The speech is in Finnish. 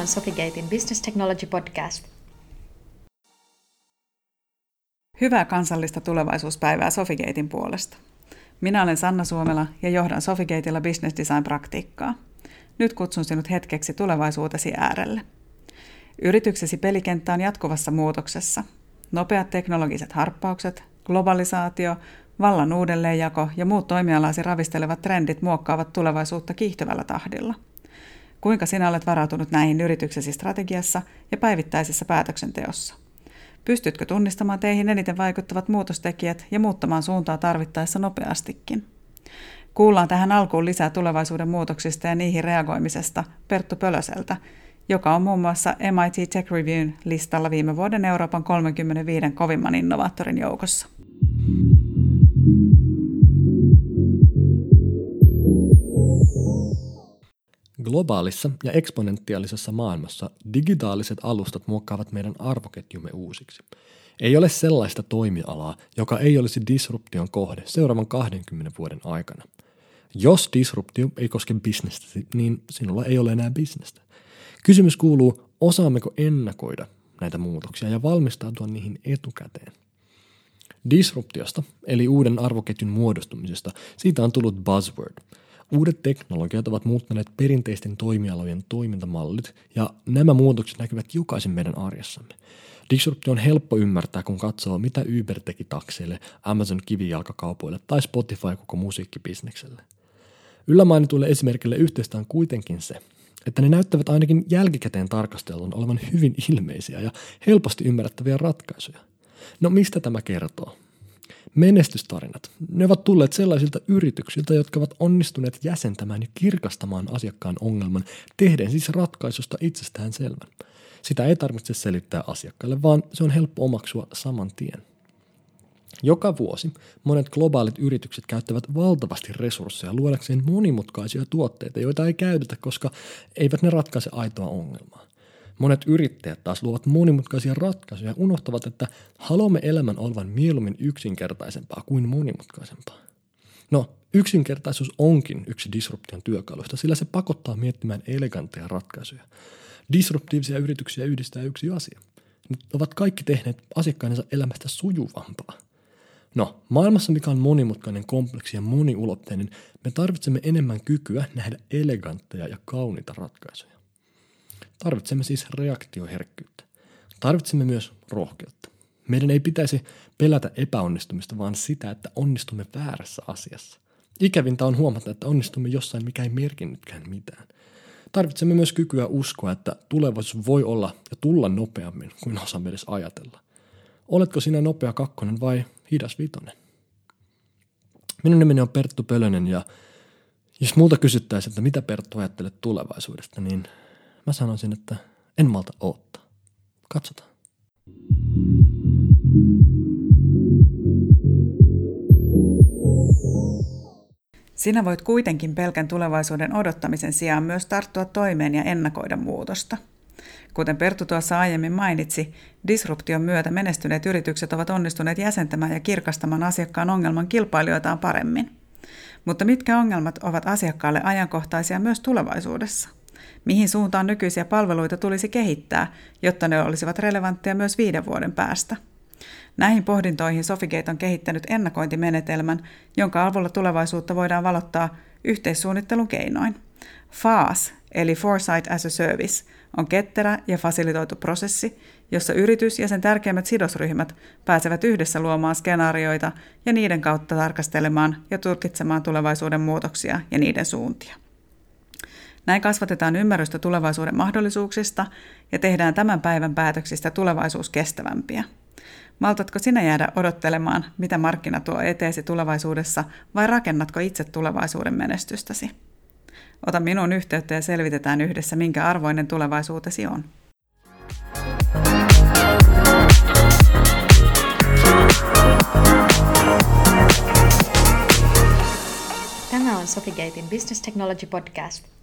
on Sofigatein Business Technology Podcast. Hyvää kansallista tulevaisuuspäivää Sofigatein puolesta. Minä olen Sanna Suomela ja johdan Sofigateilla Business Design-praktiikkaa. Nyt kutsun sinut hetkeksi tulevaisuutesi äärelle. Yrityksesi pelikenttä on jatkuvassa muutoksessa. Nopeat teknologiset harppaukset, globalisaatio, vallan uudelleenjako ja muut toimialasi ravistelevat trendit muokkaavat tulevaisuutta kiihtyvällä tahdilla. Kuinka sinä olet varautunut näihin yrityksesi strategiassa ja päivittäisessä päätöksenteossa? Pystytkö tunnistamaan teihin eniten vaikuttavat muutostekijät ja muuttamaan suuntaa tarvittaessa nopeastikin? Kuullaan tähän alkuun lisää tulevaisuuden muutoksista ja niihin reagoimisesta Perttu Pölöseltä, joka on muun muassa MIT Tech Reviewn listalla viime vuoden Euroopan 35 kovimman innovaattorin joukossa. Globaalissa ja eksponentiaalisessa maailmassa digitaaliset alustat muokkaavat meidän arvoketjumme uusiksi. Ei ole sellaista toimialaa, joka ei olisi disruption kohde seuraavan 20 vuoden aikana. Jos disruptio ei koske bisnestä, niin sinulla ei ole enää bisnestä. Kysymys kuuluu, osaammeko ennakoida näitä muutoksia ja valmistautua niihin etukäteen. Disruptiosta, eli uuden arvoketjun muodostumisesta, siitä on tullut buzzword. Uudet teknologiat ovat muuttaneet perinteisten toimialojen toimintamallit ja nämä muutokset näkyvät jokaisen meidän arjessamme. Disruptio on helppo ymmärtää, kun katsoo, mitä Uber teki takseille, Amazon kivijalkakaupoille tai Spotify koko musiikkibisnekselle. Yllä mainituille esimerkille yhteistä on kuitenkin se, että ne näyttävät ainakin jälkikäteen tarkastelun olevan hyvin ilmeisiä ja helposti ymmärrettäviä ratkaisuja. No mistä tämä kertoo? Menestystarinat. Ne ovat tulleet sellaisilta yrityksiltä, jotka ovat onnistuneet jäsentämään ja kirkastamaan asiakkaan ongelman, tehden siis ratkaisusta itsestään selvän. Sitä ei tarvitse selittää asiakkaille, vaan se on helppo omaksua saman tien. Joka vuosi monet globaalit yritykset käyttävät valtavasti resursseja luodakseen monimutkaisia tuotteita, joita ei käytetä, koska eivät ne ratkaise aitoa ongelmaa. Monet yrittäjät taas luovat monimutkaisia ratkaisuja ja unohtavat, että haluamme elämän olevan mieluummin yksinkertaisempaa kuin monimutkaisempaa. No, yksinkertaisuus onkin yksi disruption työkaluista, sillä se pakottaa miettimään elegantteja ratkaisuja. Disruptiivisia yrityksiä yhdistää yksi asia. Ne ovat kaikki tehneet asiakkaidensa elämästä sujuvampaa. No, maailmassa, mikä on monimutkainen, kompleksi ja moniulotteinen, me tarvitsemme enemmän kykyä nähdä elegantteja ja kauniita ratkaisuja. Tarvitsemme siis reaktioherkkyyttä. Tarvitsemme myös rohkeutta. Meidän ei pitäisi pelätä epäonnistumista, vaan sitä, että onnistumme väärässä asiassa. Ikävintä on huomata, että onnistumme jossain, mikä ei merkinnytkään mitään. Tarvitsemme myös kykyä uskoa, että tulevaisuus voi olla ja tulla nopeammin kuin osaamme edes ajatella. Oletko sinä nopea kakkonen vai hidas vitonen? Minun nimeni on Perttu Pölönen ja jos multa kysyttäisiin, että mitä Perttu ajattelet tulevaisuudesta, niin mä sanoisin, että en malta odottaa. Katsotaan. Sinä voit kuitenkin pelkän tulevaisuuden odottamisen sijaan myös tarttua toimeen ja ennakoida muutosta. Kuten Perttu tuossa aiemmin mainitsi, disruption myötä menestyneet yritykset ovat onnistuneet jäsentämään ja kirkastamaan asiakkaan ongelman kilpailijoitaan paremmin. Mutta mitkä ongelmat ovat asiakkaalle ajankohtaisia myös tulevaisuudessa? Mihin suuntaan nykyisiä palveluita tulisi kehittää, jotta ne olisivat relevantteja myös 5 vuoden päästä? Näihin pohdintoihin Sofigate on kehittänyt ennakointimenetelmän, jonka avulla tulevaisuutta voidaan valottaa yhteissuunnittelun keinoin. FaaS, eli Foresight as a Service, on ketterä ja fasilitoitu prosessi, jossa yritys ja sen tärkeimmät sidosryhmät pääsevät yhdessä luomaan skenaarioita ja niiden kautta tarkastelemaan ja tulkitsemaan tulevaisuuden muutoksia ja niiden suuntia. Näin kasvatetaan ymmärrystä tulevaisuuden mahdollisuuksista ja tehdään tämän päivän päätöksistä tulevaisuus kestävämpiä. Maltatko sinä jäädä odottelemaan, mitä markkina tuo eteesi tulevaisuudessa, vai rakennatko itse tulevaisuuden menestystäsi? Ota minuun yhteyttä ja selvitetään yhdessä, minkä arvoinen tulevaisuutesi on. Tämä on Sofigatein Business Technology Podcast.